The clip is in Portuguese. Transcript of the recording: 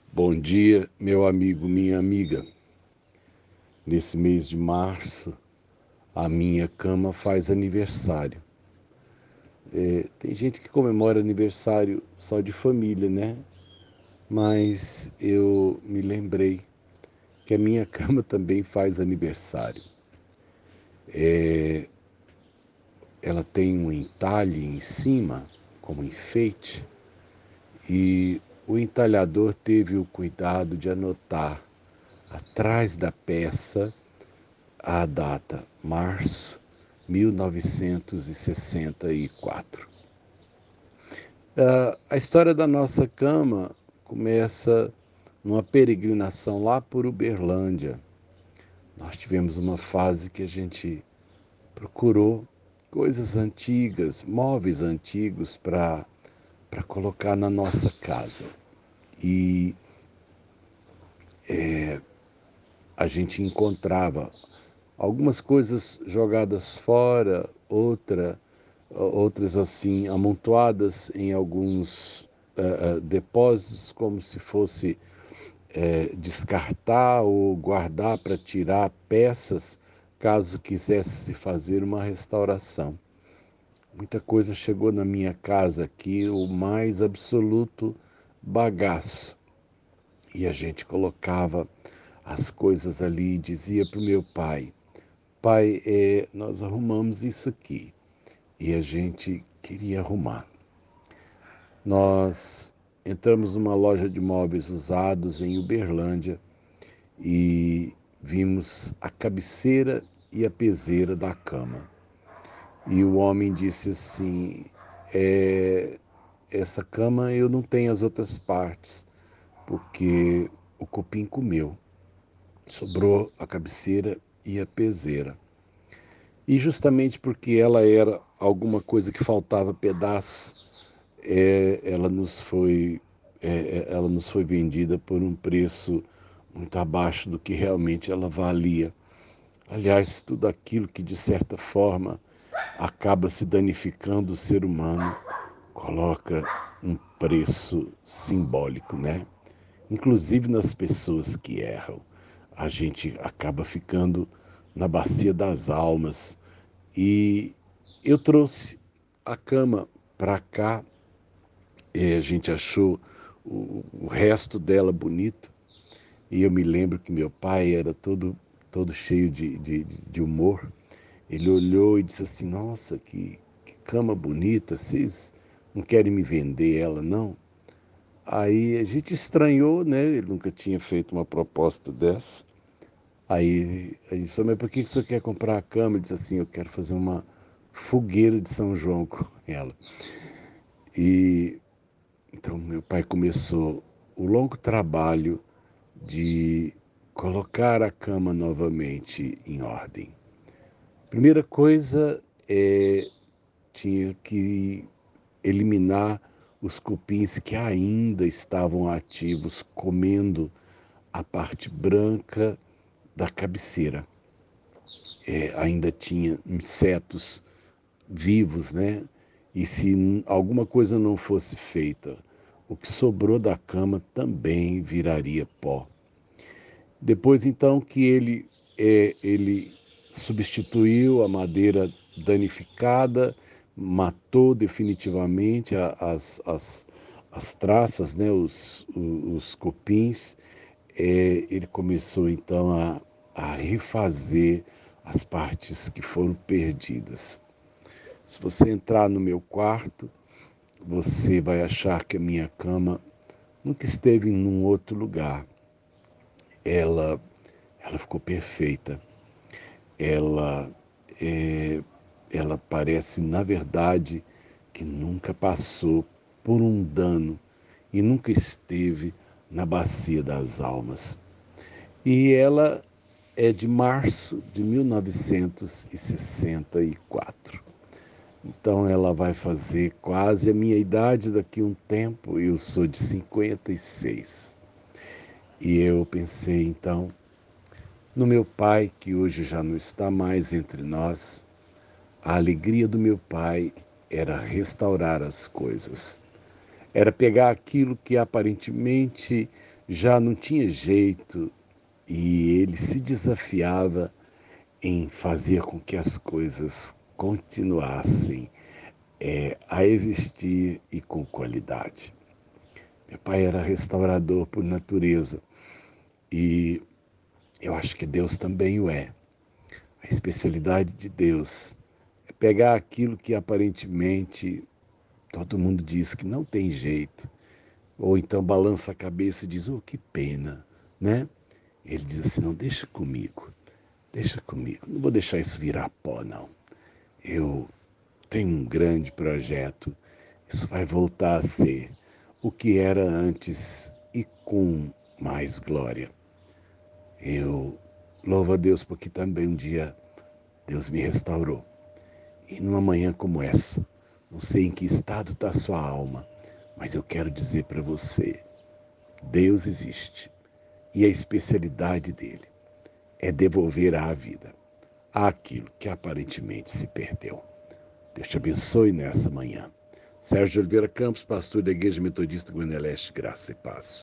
Bom dia, meu amigo, minha amiga. Nesse mês de março, a minha cama faz aniversário. Tem gente que comemora aniversário só de família, né? Mas eu me lembrei que a minha cama também faz aniversário. Ela tem um entalhe em cima, como enfeite, e o entalhador teve o cuidado de anotar atrás da peça a data, março 1964. A história da nossa cama começa numa peregrinação lá por Uberlândia. Nós tivemos uma fase que a gente procurou coisas antigas, móveis antigos para colocar na nossa casa. E a gente encontrava algumas coisas jogadas fora, outras assim amontoadas em alguns depósitos, como se fosse descartar ou guardar para tirar peças, caso quisesse se fazer uma restauração. Muita coisa chegou na minha casa aqui, o mais absoluto bagaço. E a gente colocava as coisas ali e dizia para o meu pai: Pai, nós arrumamos isso aqui. E a gente queria arrumar. Nós entramos numa loja de móveis usados em Uberlândia e vimos a cabeceira e a peseira da cama. E o homem disse assim: é, essa cama eu não tenho as outras partes, porque o cupim comeu. Sobrou a cabeceira e a peseira. E justamente porque ela era alguma coisa que faltava pedaços, ela nos foi vendida por um preço muito abaixo do que realmente ela valia. Aliás, tudo aquilo que de certa forma acaba se danificando o ser humano coloca um preço simbólico, né? Inclusive nas pessoas que erram. A gente acaba ficando na bacia das almas. E eu trouxe a cama para cá. A gente achou o resto dela bonito. E eu me lembro que meu pai era todo cheio de humor. Ele olhou e disse assim: Nossa, que cama bonita, vocês não querem me vender ela, não? Aí a gente estranhou, né? Ele nunca tinha feito uma proposta dessa. Aí a gente falou: Mas por que você quer comprar a cama? Ele disse assim: Eu quero fazer uma fogueira de São João com ela. E então meu pai começou o longo trabalho de colocar a cama novamente em ordem. Primeira coisa tinha que eliminar os cupins que ainda estavam ativos, comendo a parte branca da cabeceira. Ainda tinha insetos vivos, né? E se alguma coisa não fosse feita, o que sobrou da cama também viraria pó. Depois, então, que ele substituiu a madeira danificada, matou definitivamente as traças, né, os cupins. Ele começou, então, a refazer as partes que foram perdidas. Se você entrar no meu quarto, você vai achar que a minha cama nunca esteve em um outro lugar. Ela, ela ficou perfeita. Ela, é, ela parece, na verdade, que nunca passou por um dano e nunca esteve na bacia das almas. E ela é de março de 1964. Então ela vai fazer quase a minha idade daqui a um tempo. Eu sou de 56. E eu pensei então no meu pai, que hoje já não está mais entre nós. A alegria do meu pai era restaurar as coisas. Era pegar aquilo que aparentemente já não tinha jeito e ele se desafiava em fazer com que as coisas continuassem a existir e com qualidade. Meu pai era restaurador por natureza e eu acho que Deus também o é. A especialidade de Deus é pegar aquilo que aparentemente todo mundo diz que não tem jeito, ou então balança a cabeça e diz, oh, que pena, né? Ele diz assim, não, deixa comigo, não vou deixar isso virar pó, não. Eu tenho um grande projeto, isso vai voltar a ser o que era antes e com mais glória. Eu louvo a Deus porque também um dia Deus me restaurou. E numa manhã como essa, não sei em que estado está a sua alma, mas eu quero dizer para você, Deus existe. E a especialidade dele é devolver à vida aquilo que aparentemente se perdeu. Deus te abençoe nessa manhã. Sérgio Oliveira Campos, pastor da Igreja Metodista Goiânia Leste, graça e paz.